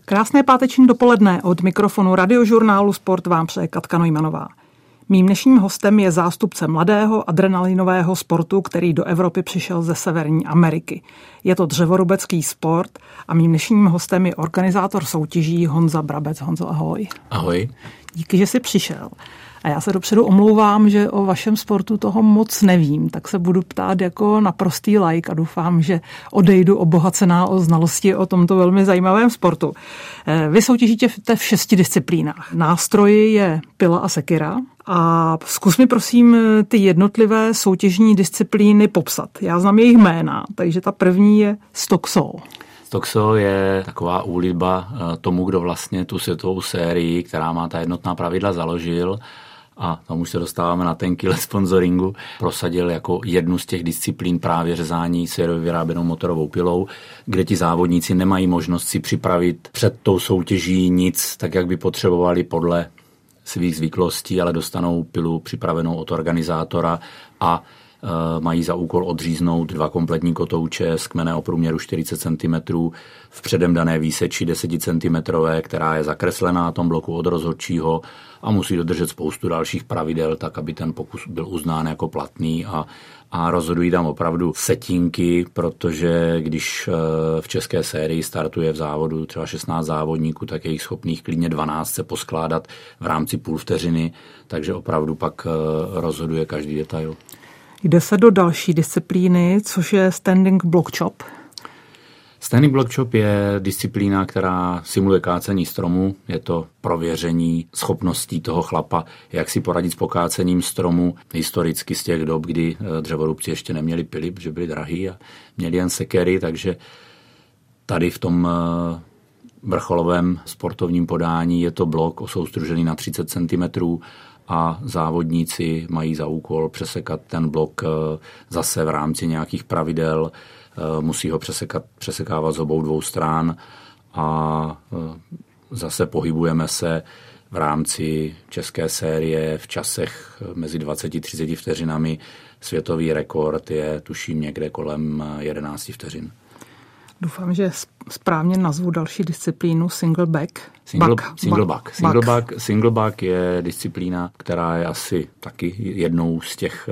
Krásné páteční dopoledne od mikrofonu Radiožurnálu Sport vám přeje Katka Neumannová. Mým dnešním hostem je zástupce mladého adrenalinového sportu, který do Evropy přišel ze Severní Ameriky. Je to dřevorubecký sport a mým dnešním hostem je organizátor soutěží Honza Brabec. Honzo, ahoj. Ahoj. Díky, že jsi přišel. A já se dopředu omlouvám, že o vašem sportu toho moc nevím, tak se budu ptát jako naprostý laik a doufám, že odejdu obohacená o znalosti o tomto velmi zajímavém sportu. Vy soutěžíte v 6 disciplínách. Nástroji je pila a sekira. A zkus mi prosím ty jednotlivé soutěžní disciplíny popsat. Já znám jejich jména, takže ta první je Stocksaw. Stocksaw je taková úlitba tomu, kdo vlastně tu světovou sérii, která má ta jednotná pravidla, založil, a tam už se dostáváme na tenký let sponsoringu, prosadil jako jednu z těch disciplín právě řezání sériově vyráběnou motorovou pilou, kde ti závodníci nemají možnost si připravit před tou soutěží nic, tak jak by potřebovali podle svých zvyklostí, ale dostanou pilu připravenou od organizátora a mají za úkol odříznout 2 kompletní kotouče z kmene o průměru 40 cm v předem dané výseči 10 cm, která je zakreslená na tom bloku od rozhodčího a musí dodržet spoustu dalších pravidel, tak aby ten pokus byl uznán jako platný a rozhodují tam opravdu setinky, protože když v české sérii startuje v závodu třeba 16 závodníků, tak je jich schopných klidně 12 se poskládat v rámci půl vteřiny, takže opravdu pak rozhoduje každý detail. Jde se do další disciplíny, což je standing block chop. Standing block chop je disciplína, která simuluje kácení stromu. Je to prověření schopností toho chlapa, jak si poradit s pokácením stromu historicky z těch dob, kdy dřevorubci ještě neměli pily, protože byly drahý a měli jen sekery, takže tady v tom vrcholovém sportovním podání je to blok soustružený na 30 cm a závodníci mají za úkol přesekat ten blok zase v rámci nějakých pravidel, musí ho přesekávat z obou dvou stran a zase pohybujeme se v rámci české série v časech mezi 20-30 vteřinami. Světový rekord je tuším někde kolem 11 vteřin. Doufám, že správně nazvu další disciplínu singleback. Singleback je disciplína, která je asi taky jednou z těch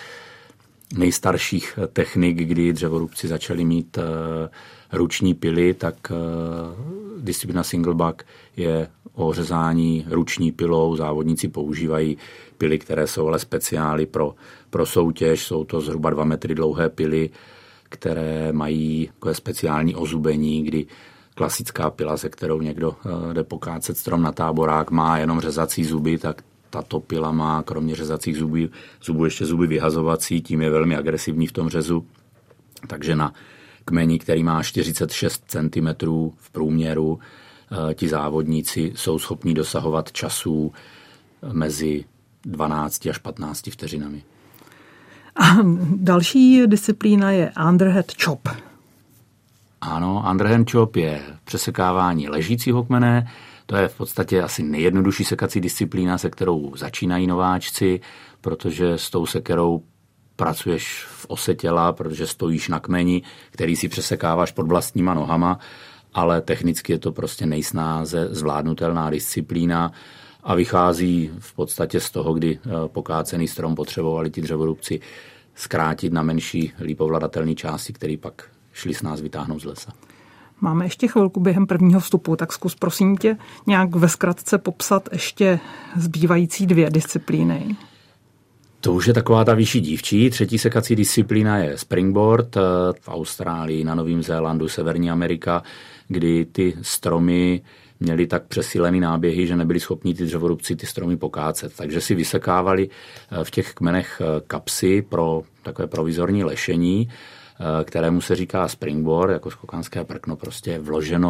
nejstarších technik, kdy dřevorubci začali mít ruční pily, tak disciplína singleback je o řezání ruční pilou. Závodníci používají pily, které jsou ale speciály pro soutěž. Jsou to zhruba 2 metry dlouhé pily, které mají takové speciální ozubení, kdy klasická pila, se kterou někdo jde pokácet strom na táborák, má jenom řezací zuby, tak tato pila má kromě řezacích zubů ještě zuby vyhazovací, tím je velmi agresivní v tom řezu. Takže na kmeni, který má 46 cm v průměru, ti závodníci jsou schopni dosahovat časů mezi 12 až 15 vteřinami. A další disciplína je underhand chop. Ano, underhand chop je přesekávání ležícího kmene. To je v podstatě asi nejjednodušší sekací disciplína, se kterou začínají nováčci, protože s tou sekerou pracuješ v ose těla, protože stojíš na kmeni, který si přesekáváš pod vlastníma nohama, ale technicky je to prostě nejsnáze zvládnutelná disciplína a vychází v podstatě z toho, kdy pokácený strom potřebovali ti dřevorubci zkrátit na menší, líp ovladatelné části, které pak šli s nás vytáhnout z lesa. Máme ještě chvilku během prvního vstupu, tak zkus prosím tě nějak ve zkratce popsat ještě zbývající 2 disciplíny. To už je taková ta vyšší dívčí. Třetí sekací disciplína je springboard v Austrálii, na Novém Zélandu, Severní Amerika, kdy ty stromy měli tak přesílený náběhy, že nebyli schopni ty dřevorubci ty stromy pokácet. Takže si vysekávali v těch kmenech kapsy pro takové provizorní lešení, kterému se říká springboard, jako skokanské prkno, prostě vloženo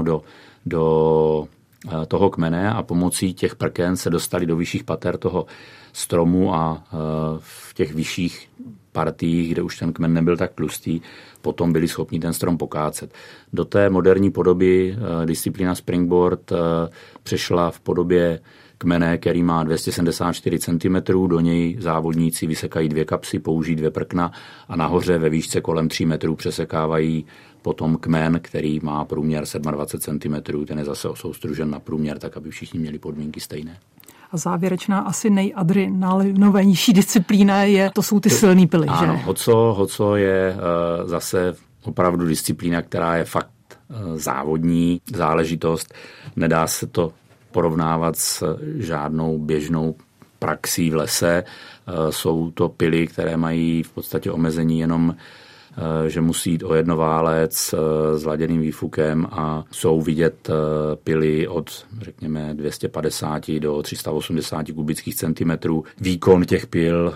do toho kmene a pomocí těch prken se dostali do vyšších pater toho stromu a v těch vyšších partiích, kde už ten kmen nebyl tak tlustý, potom byli schopni ten strom pokácet. Do té moderní podoby disciplína springboard přešla v podobě kmene, který má 274 cm, do něj závodníci vysekají 2 kapsy, použijí 2 prkna a nahoře ve výšce kolem 3 metrů přesekávají potom kmen, který má průměr 27 cm, ten je zase soustružen na průměr, tak aby všichni měli podmínky stejné. A závěrečná asi nejadrenalinovější disciplína jsou ty silné pily, že? Ano, hoco je zase opravdu disciplína, která je fakt závodní záležitost. Nedá se to porovnávat s žádnou běžnou praxí v lese. Jsou to pily, které mají v podstatě omezení jenom, že musí jít o jednoválec s laděným výfukem a jsou vidět pily od, řekněme, 250 do 380 kubických centimetrů. Výkon těch pil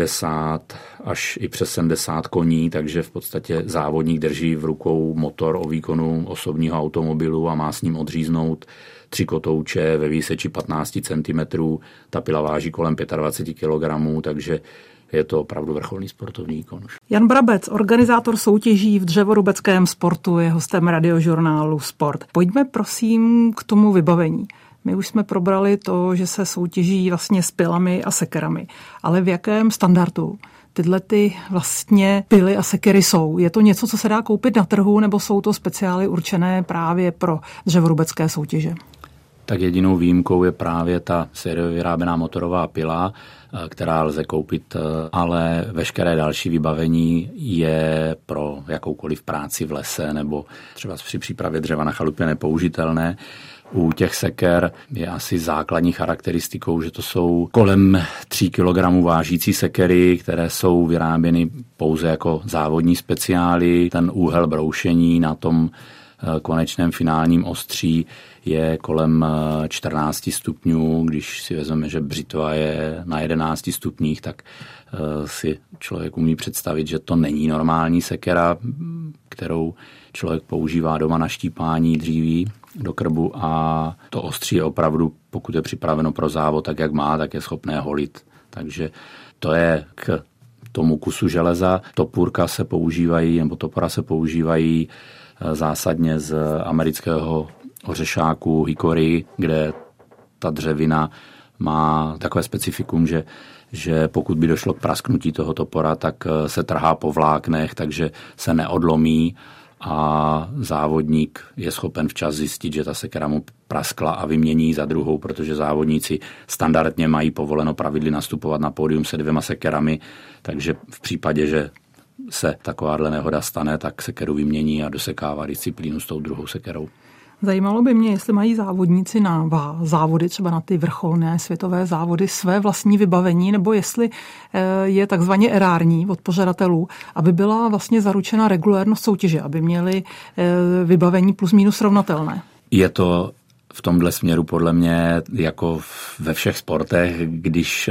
60 až i přes 70 koní, takže v podstatě závodník drží v rukou motor o výkonu osobního automobilu a má s ním odříznout 3 kotouče ve výseči 15 cm. Ta pila váží kolem 25 kg, takže je to opravdu vrcholný sportovní výkon. Jan Brabec, organizátor soutěží v dřevorubeckém sportu, je hostem radiožurnálu Sport. Pojďme prosím k tomu vybavení. My už jsme probrali to, že se soutěží vlastně s pilami a sekerami, ale v jakém standardu tyhle ty vlastně pily a sekery jsou? Je to něco, co se dá koupit na trhu, nebo jsou to speciály určené právě pro dřevorubecké soutěže? Tak jedinou výjimkou je právě ta sériově vyráběná motorová pila, která lze koupit, ale veškeré další vybavení je pro jakoukoliv práci v lese nebo třeba při přípravě dřeva na chalupě nepoužitelné. U těch seker je asi základní charakteristikou, že to jsou kolem 3 kg vážící sekery, které jsou vyráběny pouze jako závodní speciály. Ten úhel broušení na tom konečném finálním ostří je kolem 14 stupňů. Když si vezmeme, že břitva je na 11 stupních, tak si člověk umí představit, že to není normální sekera, kterou člověk používá doma na štípání dříví do krbu, a to ostří je opravdu, pokud je připraveno pro závod tak, jak má, tak je schopné holit. Takže to je k tomu kusu železa. Topora se používají zásadně z amerického ořešáku hickory, kde ta dřevina má takové specifikum, že pokud by došlo k prasknutí toho topora, tak se trhá po vláknech, takže se neodlomí a závodník je schopen včas zjistit, že ta sekera mu praskla a vymění za druhou, protože závodníci standardně mají povoleno pravidly nastupovat na pódium se 2 sekerami, takže v případě, že se takováhle nehoda stane, tak sekeru vymění a dosekává disciplínu s tou druhou sekerou. Zajímalo by mě, jestli mají závodníci na závody, třeba na ty vrcholné světové závody, své vlastní vybavení, nebo jestli je takzvaně erární od pořadatelů, aby byla vlastně zaručena regulérnost soutěže, aby měli vybavení plus minus srovnatelné. Je to v tomhle směru podle mě jako ve všech sportech, když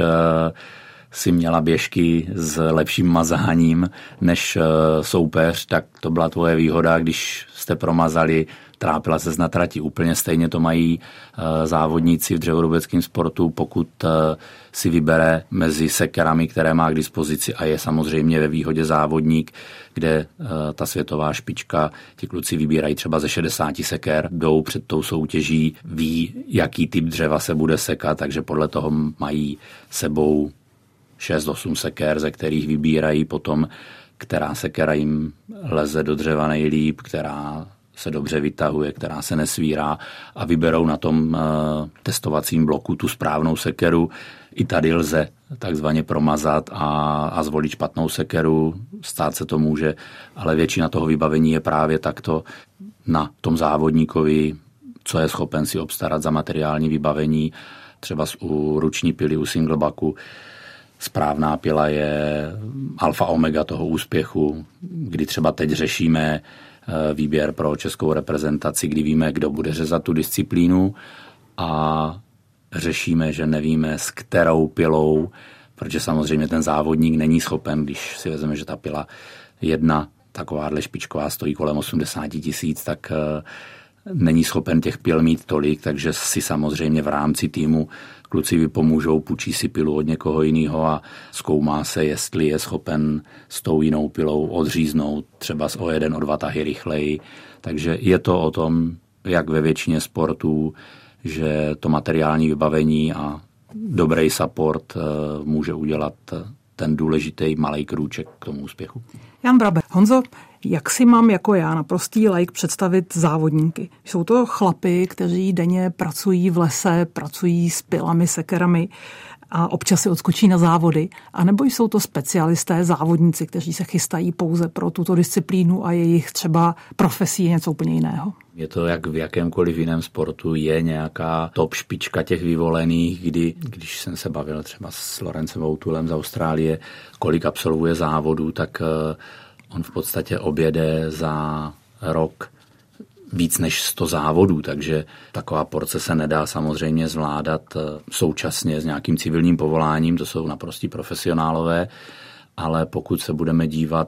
si měla běžky s lepším mazáním než soupeř, tak to byla tvoje výhoda, když jste promazali, trápila se na trati. Úplně stejně to mají závodníci v dřevorubeckém sportu, pokud si vybere mezi sekerami, které má k dispozici, a je samozřejmě ve výhodě závodník, kde ta světová špička, ti kluci vybírají třeba ze 60 seker, jdou před tou soutěží, ví, jaký typ dřeva se bude sekat, takže podle toho mají sebou 6-8 seker, ze kterých vybírají potom, která sekera jim leze do dřeva nejlíp, která se dobře vytahuje, která se nesvírá, a vyberou na tom testovacím bloku tu správnou sekeru. I tady lze takzvaně promazat a zvolit špatnou sekeru, stát se to může, ale většina toho vybavení je právě takto na tom závodníkovi, co je schopen si obstarat za materiální vybavení. Třeba u ruční pily, u singlebacku, správná pila je alfa omega toho úspěchu, kdy třeba teď řešíme výběr pro českou reprezentaci, kdy víme, kdo bude řezat tu disciplínu, a řešíme, že nevíme, s kterou pilou, protože samozřejmě ten závodník není schopen, když si vezmeme, že ta pila jedna takováhle špičková stojí kolem 80 000, tak není schopen těch pil mít tolik, takže si samozřejmě v rámci týmu kluci vypomůžou, půjčí si pilu od někoho jiného a zkoumá se, jestli je schopen s tou jinou pilou odříznout třeba o 1, o 2 tahy rychleji. Takže je to o tom, jak ve většině sportů, že to materiální vybavení a dobrý support může udělat ten důležitý malej krůček k tomu úspěchu. Jan Brabe. Honzo, jak si mám jako já, naprostý laik, představit závodníky? Jsou to chlapi, kteří denně pracují v lese, pracují s pilami, sekerami a občas si odskočí na závody? A nebo jsou to specialisté, závodníci, kteří se chystají pouze pro tuto disciplínu a jejich třeba profesí je něco úplně jiného? Je to jak v jakémkoliv jiném sportu, je nějaká top špička těch vyvolených, když jsem se bavil třeba s Lorencem O'Toolem z Austrálie, kolik absolvuje závodů, tak on v podstatě objede za rok víc než 100 závodů, takže taková porce se nedá samozřejmě zvládat současně s nějakým civilním povoláním, to jsou naprostí profesionálové, ale pokud se budeme dívat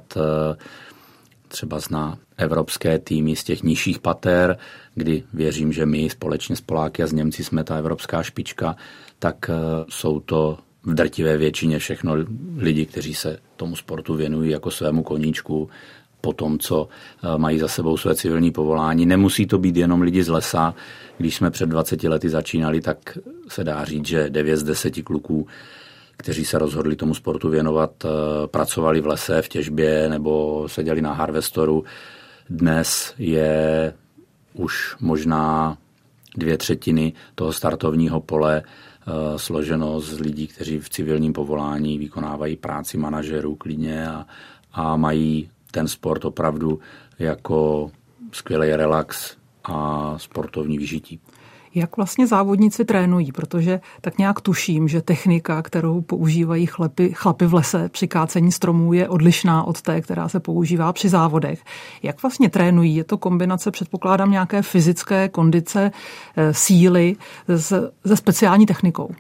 třeba na evropské týmy z těch nižších pater, kdy věřím, že my společně s Poláky a s Němci jsme ta evropská špička, tak jsou to v drtivé většině všechno lidi, kteří se tomu sportu věnují jako svému koníčku, po tom, co mají za sebou své civilní povolání. Nemusí to být jenom lidi z lesa. Když jsme před 20 lety začínali, tak se dá říct, že 9 z 10 kluků, kteří se rozhodli tomu sportu věnovat, pracovali v lese, v těžbě nebo seděli na harvestoru. Dnes je už možná 2/3 toho startovního pole složeno z lidí, kteří v civilním povolání vykonávají práci manažerů klidně a mají ten sport opravdu jako skvělý relax a sportovní vyžití. Jak vlastně závodníci trénují? Protože tak nějak tuším, že technika, kterou používají chlapi v lese při kácení stromů, je odlišná od té, která se používá při závodech. Jak vlastně trénují? Je to kombinace, předpokládám, nějaké fyzické kondice, síly se speciální technikou?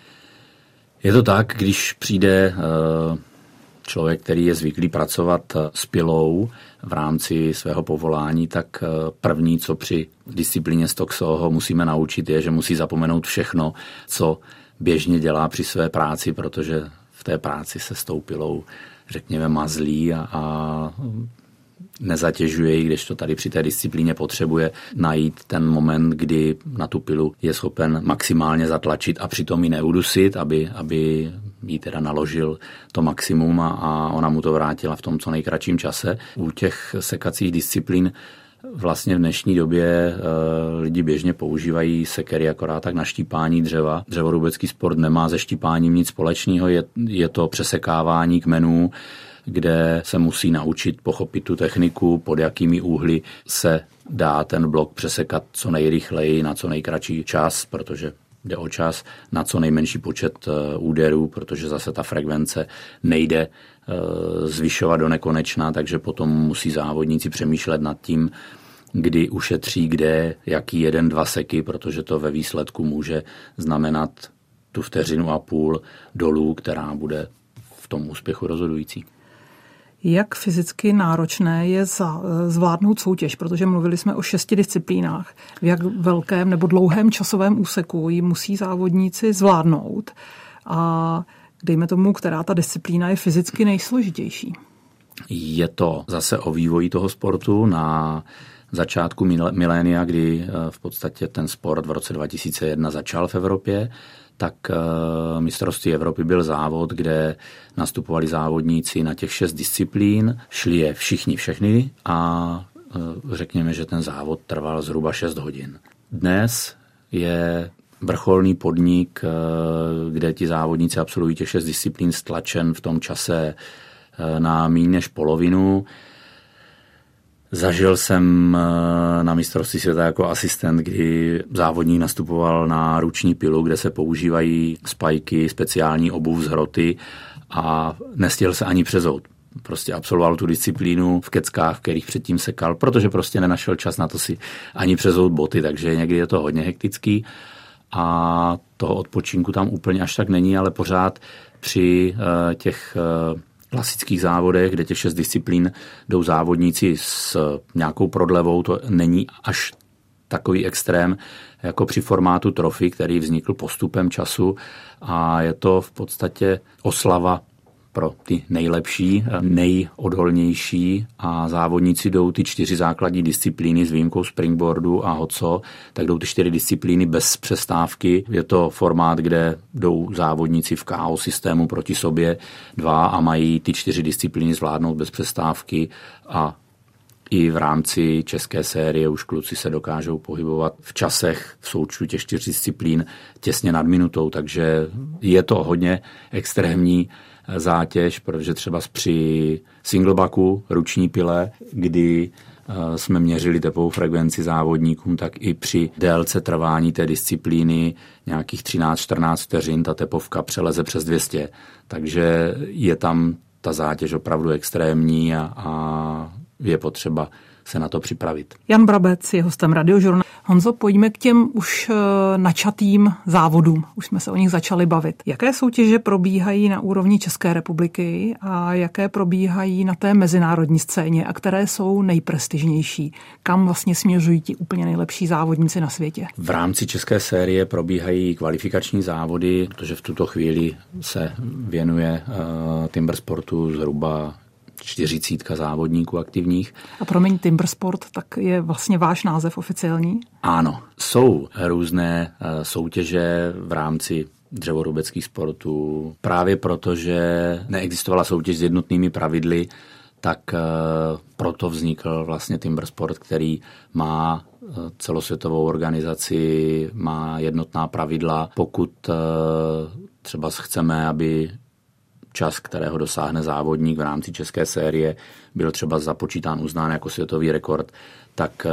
Je to tak, když přijde člověk, který je zvyklý pracovat s pilou v rámci svého povolání, tak první, co při disciplíně Stockso ho musíme naučit, je, že musí zapomenout všechno, co běžně dělá při své práci, protože v té práci se s tou pilou, řekněme, mazlí a nezatěžuje ji, kdežto tady při té disciplíně potřebuje najít ten moment, kdy na tu pilu je schopen maximálně zatlačit a přitom ji neudusit, aby jí teda naložil to maximum a ona mu to vrátila v tom co nejkratším čase. U těch sekacích disciplín vlastně v dnešní době lidi běžně používají sekery akorát tak na štípání dřeva. Dřevorubecký sport nemá se štípáním nic společného, je to přesekávání kmenů, kde se musí naučit pochopit tu techniku, pod jakými úhly se dá ten blok přesekat co nejrychleji na co nejkratší čas, protože jde o čas, na co nejmenší počet úderů, protože zase ta frekvence nejde zvyšovat do nekonečna, takže potom musí závodníci přemýšlet nad tím, kdy ušetří kde, jaký 1-2 seky, protože to ve výsledku může znamenat tu 1,5 vteřiny dolů, která bude v tom úspěchu rozhodující. Jak fyzicky náročné je zvládnout soutěž, protože mluvili jsme o 6 disciplínách. V jak velkém nebo dlouhém časovém úseku ji musí závodníci zvládnout a dejme tomu, která ta disciplína je fyzicky nejsložitější. Je to zase o vývoji toho sportu na začátku milénia, kdy v podstatě ten sport v roce 2001 začal v Evropě, tak mistrovství Evropy byl závod, kde nastupovali závodníci na těch 6 disciplín, šli je všechny a řekněme, že ten závod trval zhruba 6 hodin. Dnes je vrcholný podnik, kde ti závodníci absolvují těch 6 disciplín, stlačen v tom čase na méně než polovinu. Zažil jsem na mistrovství světa jako asistent, kdy závodník nastupoval na ruční pilu, kde se používají spajky, speciální obuv z hroty a nestihl se ani přezout. Prostě absolvoval tu disciplínu v keckách, v kterých předtím sekal, protože prostě nenašel čas na to si ani přezout boty, takže někdy je to hodně hektický a toho odpočinku tam úplně až tak není, ale pořád při těch klasických závodech, kde těch 6 disciplín jdou závodníci s nějakou prodlevou, to není až takový extrém jako při formátu trofy, který vznikl postupem času a je to v podstatě oslava pro ty nejlepší, nejodolnější a závodníci jdou ty 4 základní disciplíny s výjimkou springboardu a hoco, tak jdou ty 4 disciplíny bez přestávky. Je to formát, kde jdou závodníci v KO systému proti sobě 2 a mají ty 4 disciplíny zvládnout bez přestávky a i v rámci české série už kluci se dokážou pohybovat v časech v součtu těch 4 disciplín těsně nad minutou, takže je to hodně extrémní zátěž, protože třeba při singlebacku, ruční pile, kdy jsme měřili tepovou frekvenci závodníkům, tak i při délce trvání té disciplíny nějakých 13-14 vteřin ta tepovka přeleze přes 200, takže je tam ta zátěž opravdu extrémní a je potřeba se na to připravit. Jan Brabec je hostem Radiožurnálu. Honzo, pojďme k těm už načatým závodům. Už jsme se o nich začali bavit. Jaké soutěže probíhají na úrovni České republiky a jaké probíhají na té mezinárodní scéně a které jsou nejprestižnější? Kam vlastně směřují ti úplně nejlepší závodníci na světě? V rámci české série probíhají kvalifikační závody, protože v tuto chvíli se věnuje timbersportu zhruba 40 závodníků aktivních. A promiň, Timbersport, tak je vlastně váš název oficiální? Ano, jsou různé soutěže v rámci dřevorubeckých sportů. Právě proto, že neexistovala soutěž s jednotnými pravidly, tak proto vznikl vlastně Timbersport, který má celosvětovou organizaci, má jednotná pravidla. Pokud třeba chceme, aby čas, kterého dosáhne závodník v rámci české série, byl třeba započítán, uznán jako světový rekord, tak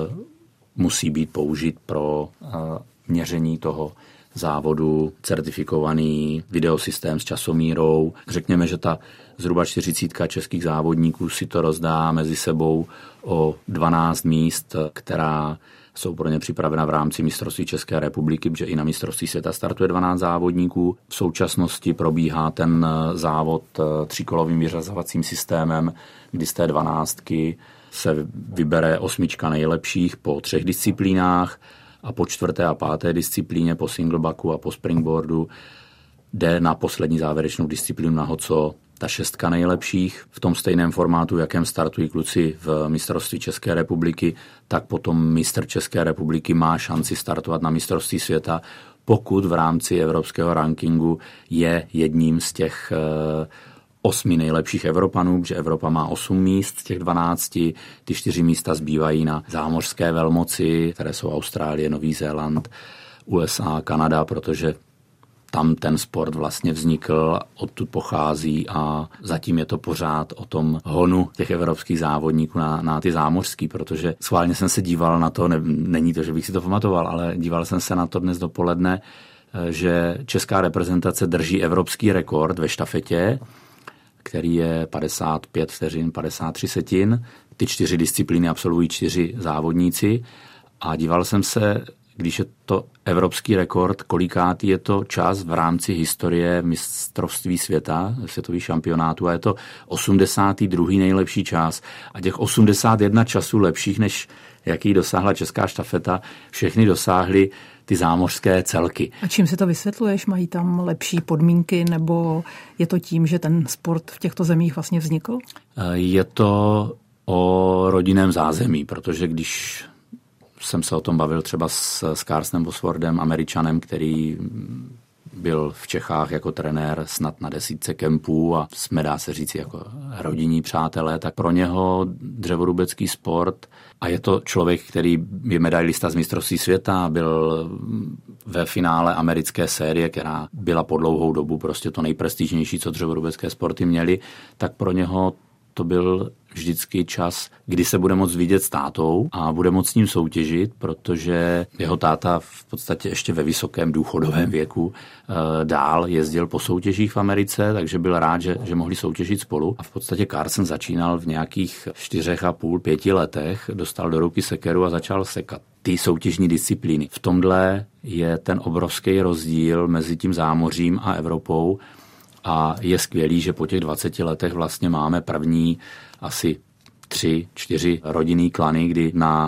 musí být použit pro měření toho závodu certifikovaný videosystém s časomírou. Řekněme, že ta zhruba 40 českých závodníků si to rozdá mezi sebou o 12 míst, která jsou pro ně připravena v rámci mistrovství České republiky, protože i na mistrovství světa startuje 12 závodníků. V současnosti probíhá ten závod 3kolovým vyřazovacím systémem, kdy z té 12 se vybere 8 nejlepších po 3 disciplínách a po 4. a 5. disciplíně, po singlebacku a po springboardu jde na poslední závěrečnou disciplínu na hoco ta 6 nejlepších. V tom stejném formátu, v jakém startují kluci v mistrovství České republiky, tak potom mistr České republiky má šanci startovat na mistrovství světa, pokud v rámci evropského rankingu je jedním z těch 8 nejlepších Evropanů, protože Evropa má 8 míst z těch 12, ty 4 místa zbývají na zámořské velmoci, které jsou Austrálie, Nový Zéland, USA, Kanada, protože tam ten sport vlastně vznikl, odtud pochází a zatím je to pořád o tom honu těch evropských závodníků na ty zámořský, protože schválně jsem se díval na to, není to, že bych si to pamatoval, ale díval jsem se na to dnes dopoledne, že česká reprezentace drží evropský rekord ve štafetě, který je 55 vteřin, 53 setin. Ty 4 disciplíny absolvují 4 závodníci a díval jsem se, když je to evropský rekord, kolikátý je to čas v rámci historie mistrovství světa, světových šampionátů a je to 82. nejlepší čas a těch 81 časů lepších, než jaký dosáhla česká štafeta, všechny dosáhly ty zámořské celky. A čím si to vysvětluješ? Mají tam lepší podmínky nebo je to tím, že ten sport v těchto zemích vlastně vznikl? Je to o rodinném zázemí, protože když jsem se o tom bavil třeba s Carsonem Bosworthem, Američanem, který byl v Čechách jako trenér snad na 10 kempů a jsme, dá se říct, jako rodinní přátelé, tak pro něho dřevorubecký sport a je to člověk, který je medailista z mistrovství světa, byl ve finále americké série, která byla po dlouhou dobu prostě to nejprestižnější, co dřevorubecké sporty měly, tak pro něho to byl vždycky čas, kdy se bude moct vidět s tátou a bude moct s ním soutěžit, protože jeho táta v podstatě ještě ve vysokém důchodovém věku dál jezdil po soutěžích v Americe, takže byl rád, že mohli soutěžit spolu. A v podstatě Carson začínal v nějakých 4,5-5 letech, dostal do ruky sekeru a začal sekat ty soutěžní disciplíny. V tomhle je ten obrovský rozdíl mezi tím zámořím a Evropou. A je skvělý, že po těch 20 letech vlastně máme první asi 3-4 rodinný klany, kdy na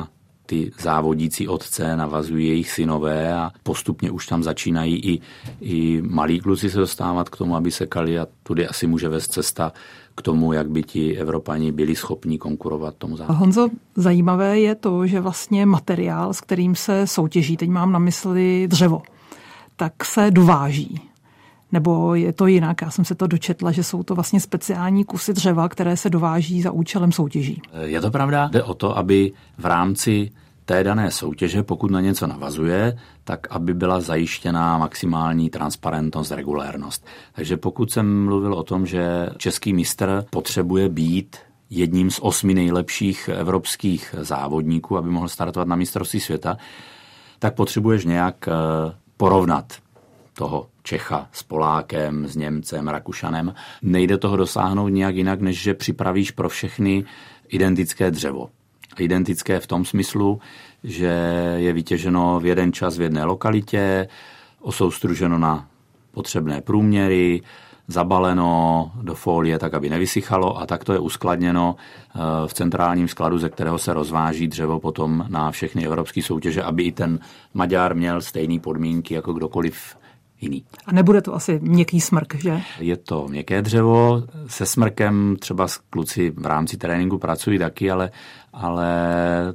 ty závodící otce navazují jejich synové a postupně už tam začínají i malí kluci se dostávat k tomu, aby sekali a tudy asi může vést cesta k tomu, jak by ti Evropani byli schopni konkurovat tomu závodu. Honzo, zajímavé je to, že vlastně materiál, s kterým se soutěží, teď mám na mysli dřevo, tak se dováží. Nebo je to jinak? Já jsem se to dočetla, že jsou to vlastně speciální kusy dřeva, které se dováží za účelem soutěží. Je to pravda? Jde o to, aby v rámci té dané soutěže, pokud na něco navazuje, tak aby byla zajištěná maximální transparentnost, regulérnost. Takže pokud jsem mluvil o tom, že český mistr potřebuje být jedním z 8 nejlepších evropských závodníků, aby mohl startovat na mistrovství světa, tak potřebuješ nějak porovnat toho Čecha s Polákem, s Němcem, Rakušanem. Nejde toho dosáhnout nějak jinak, než že připravíš pro všechny identické dřevo. Identické v tom smyslu, že je vytěženo v jeden čas v jedné lokalitě, osoustruženo na potřebné průměry, zabaleno do folie tak, aby nevysychalo a takto je uskladněno v centrálním skladu, ze kterého se rozváží dřevo potom na všechny evropské soutěže, aby i ten Maďar měl stejné podmínky jako kdokoliv jiný. A nebude to asi měkký smrk, že? Je to měkké dřevo, se smrkem třeba kluci v rámci tréninku pracují taky, ale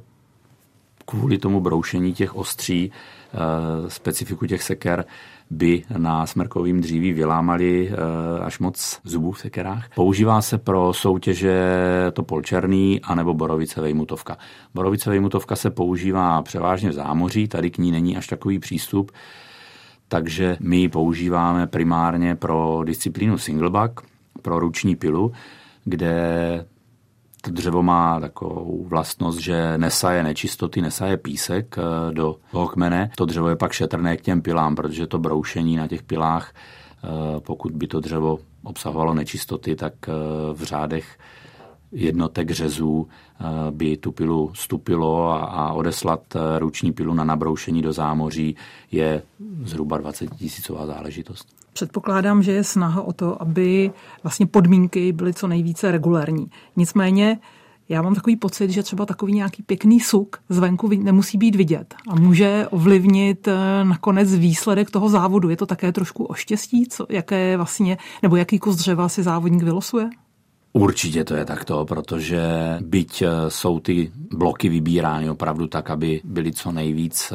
kvůli tomu broušení těch ostří, specifiku těch seker, by na smrkovým dříví vylámali až moc zubů v sekerách. Používá se pro soutěže topol černý anebo borovice vejmutovka. Borovice vejmutovka se používá převážně v zámoří, tady k ní není až takový přístup, takže my ji používáme primárně pro disciplínu singleback, pro ruční pilu, kde to dřevo má takovou vlastnost, že nesaje nečistoty, nesaje písek do toho kmene. To dřevo je pak šetrné k těm pilám, protože to broušení na těch pilách, pokud by to dřevo obsahovalo nečistoty, tak v řádech jednotek řezů by tu pilu stupilo a odeslat ruční pilu na nabroušení do zámoří je zhruba 20 000 záležitost. Předpokládám, že je snaha o to, aby vlastně podmínky byly co nejvíce regulérní. Nicméně já mám takový pocit, že třeba takový nějaký pěkný suk zvenku nemusí být vidět a může ovlivnit nakonec výsledek toho závodu. Je to také trošku o štěstí, jaké vlastně, nebo jaký kus dřeva si závodník vylosuje? Určitě to je takto, protože byť jsou ty bloky vybírány opravdu tak, aby byly co nejvíc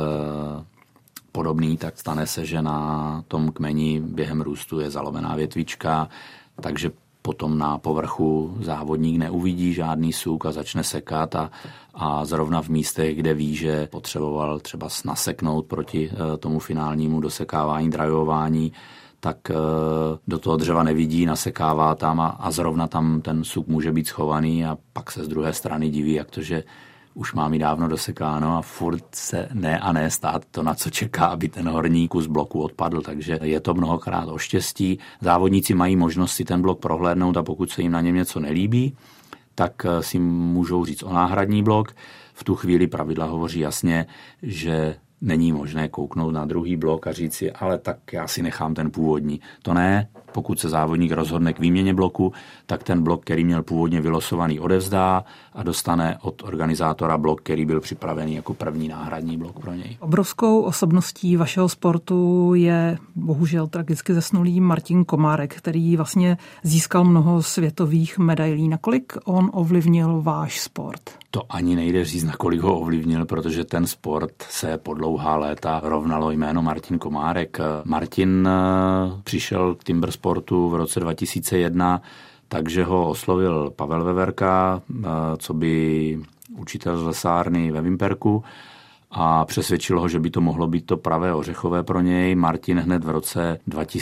podobný, tak stane se, že na tom kmeni během růstu je zalomená větvička, takže potom na povrchu závodník neuvidí žádný suk a začne sekat a zrovna v místech, kde ví, že potřeboval třeba naseknout proti tomu finálnímu dosekávání, drajování, tak do toho dřeva nevidí, nasekává tam a zrovna tam ten suk může být schovaný a pak se z druhé strany diví, jak to, že už má mi dávno dosekáno a furt se ne stát to, na co čeká, aby ten horní kus bloku odpadl. Takže je to mnohokrát o štěstí. Závodníci mají možnost si ten blok prohlédnout a pokud se jim na něm něco nelíbí, tak si můžou říct o náhradní blok. V tu chvíli pravidla hovoří jasně, že není možné kouknout na druhý blok a říct si, ale tak já si nechám ten původní. To ne, pokud se závodník rozhodne k výměně bloku, tak ten blok, který měl původně vylosovaný, odevzdá a dostane od organizátora blok, který byl připravený jako první náhradní blok pro něj. Obrovskou osobností vašeho sportu je bohužel tragicky zesnulý Martin Komárek, který vlastně získal mnoho světových medailí. Nakolik on ovlivnil váš sport? To ani nejde říct, nakolik ho ovlivnil, protože ten sport se po dlouhá léta rovnalo jméno Martin Komárek. Martin přišel k timbersportu v roce 2001, takže ho oslovil Pavel Veverka, co by učitel z lesárny ve Vimperku a přesvědčil ho, že by to mohlo být to pravé ořechové pro něj. Martin hned v roce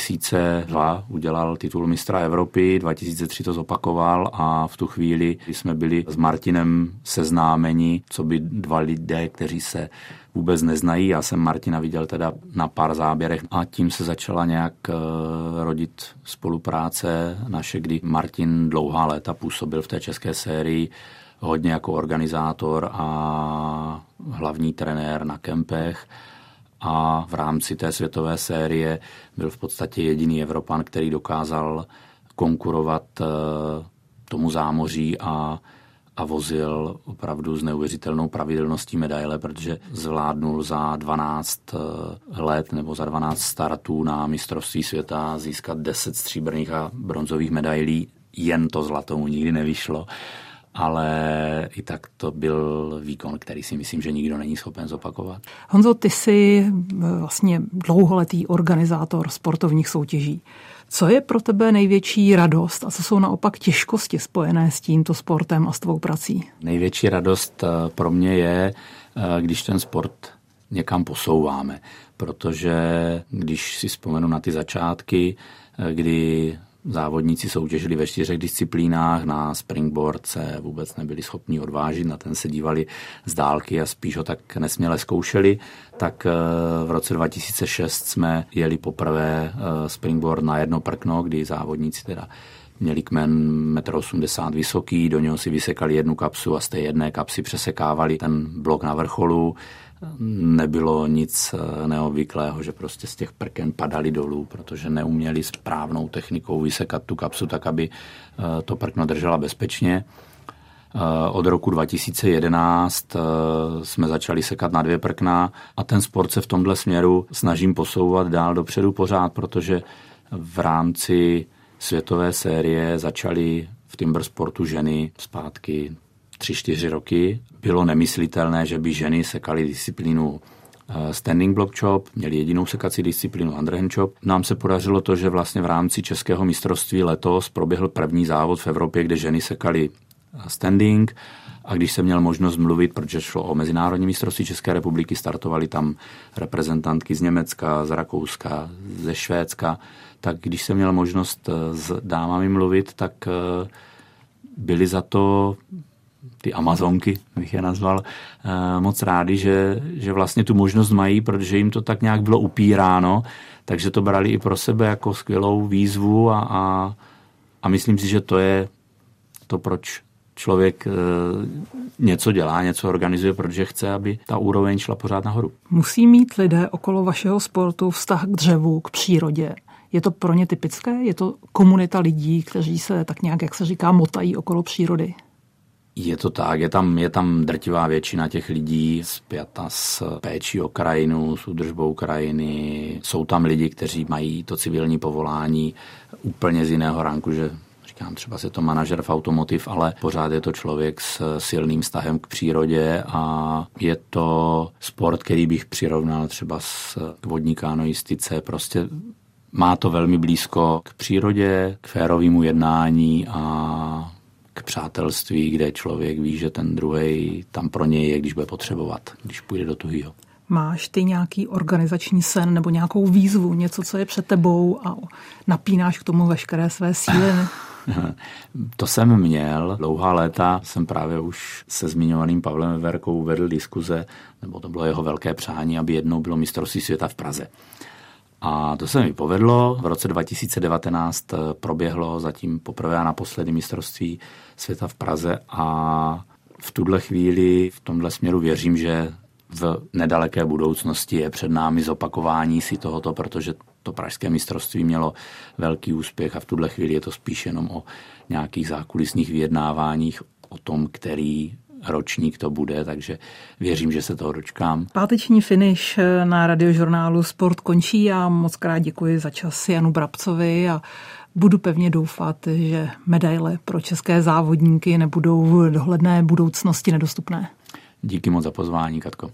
2002 udělal titul mistra Evropy, 2003 to zopakoval a v tu chvíli, kdy jsme byli s Martinem seznámeni, co by dva lidé, kteří se vůbec neznají. Já jsem Martina viděl teda na pár záběrech a tím se začala nějak rodit spolupráce naše, kdy Martin dlouhá léta působil v té české sérii hodně jako organizátor a hlavní trenér na kempech a v rámci té světové série byl v podstatě jediný Evropan, který dokázal konkurovat tomu zámoří a a vozil opravdu s neuvěřitelnou pravidelností medaile, protože zvládnul za 12 let nebo za 12 startů na mistrovství světa získat 10 stříbrných a bronzových medailí. Jen to zlato mu nikdy nevyšlo, ale i tak to byl výkon, který si myslím, že nikdo není schopen zopakovat. Honzo, ty jsi vlastně dlouholetý organizátor sportovních soutěží. Co je pro tebe největší radost a co jsou naopak těžkosti spojené s tímto sportem a s tvou prací? Největší radost pro mě je, když ten sport někam posouváme, protože když si vzpomenu na ty začátky, kdy závodníci soutěžili ve 4 disciplínách, na springboard se vůbec nebyli schopni odvážit, na ten se dívali z dálky a spíš ho tak nesměle zkoušeli, tak v roce 2006 jsme jeli poprvé springboard na jedno prkno, kdy závodníci teda měli kmen 1,80 m vysoký, do něho si vysekali jednu kapsu a z té jedné kapsy přesekávali ten blok na vrcholu. Nebylo nic neobvyklého, že prostě z těch prken padali dolů, protože neuměli správnou technikou vysekat tu kapsu tak, aby to prkno držela bezpečně. Od roku 2011 jsme začali sekat na 2 prkna a ten sport se v tomhle směru snažím posouvat dál dopředu pořád, protože v rámci světové série začaly v timber sportu ženy zpátky 3-4 roky. Bylo nemyslitelné, že by ženy sekaly disciplínu standing block chop, měli jedinou sekací disciplínu underhand chop. Nám se podařilo to, že vlastně v rámci českého mistrovství letos proběhl první závod v Evropě, kde ženy sekaly standing, a když jsem měl možnost mluvit, protože šlo o mezinárodní mistrovství České republiky, startovali tam reprezentantky z Německa, z Rakouska, ze Švédska, tak když jsem měl možnost s dámami mluvit, tak byli za to ty Amazonky, bych je nazval, moc rádi, že vlastně tu možnost mají, protože jim to tak nějak bylo upíráno, takže to brali i pro sebe jako skvělou výzvu a myslím si, že to je to, proč člověk něco dělá, něco organizuje, protože chce, aby ta úroveň šla pořád nahoru. Musí mít lidé okolo vašeho sportu vztah k dřevu, k přírodě. Je to pro ně typické? Je to komunita lidí, kteří se tak nějak, jak se říká, motají okolo přírody? Je to tak, je tam drtivá většina těch lidí spjata s péčí o krajinu, s údržbou krajiny. Jsou tam lidi, kteří mají to civilní povolání úplně z jiného ranku, že říkám, třeba se to manažer v automotiv, ale pořád je to člověk s silným vztahem k přírodě a je to sport, který bych přirovnal třeba k vodní kanoistice. Prostě má to velmi blízko k přírodě, k férovému jednání a k přátelství, kde člověk ví, že ten druhej tam pro něj je, když bude potřebovat, když půjde do tuhýho. Máš ty nějaký organizační sen nebo nějakou výzvu, něco, co je před tebou a napínáš k tomu veškeré své síly? To jsem měl. Dlouhá léta jsem právě už se zmiňovaným Pavlem Veverkou vedl diskuze, nebo to bylo jeho velké přání, aby jednou bylo mistrovství světa v Praze. A to se mi povedlo. V roce 2019 proběhlo zatím poprvé a naposledy mistrovství světa v Praze a v tuhle chvíli v tomhle směru věřím, že v nedaleké budoucnosti je před námi zopakování si tohoto, protože to pražské mistrovství mělo velký úspěch a v tuhle chvíli je to spíš jenom o nějakých zákulisních vyjednáváních o tom, který ročník to bude, takže věřím, že se toho dočkám. Páteční finish na radiožurnálu Sport končí. Já moc krát děkuji za čas Janu Brabcovi a budu pevně doufat, že medaile pro české závodníky nebudou v dohledné budoucnosti nedostupné. Díky moc za pozvání, Katko.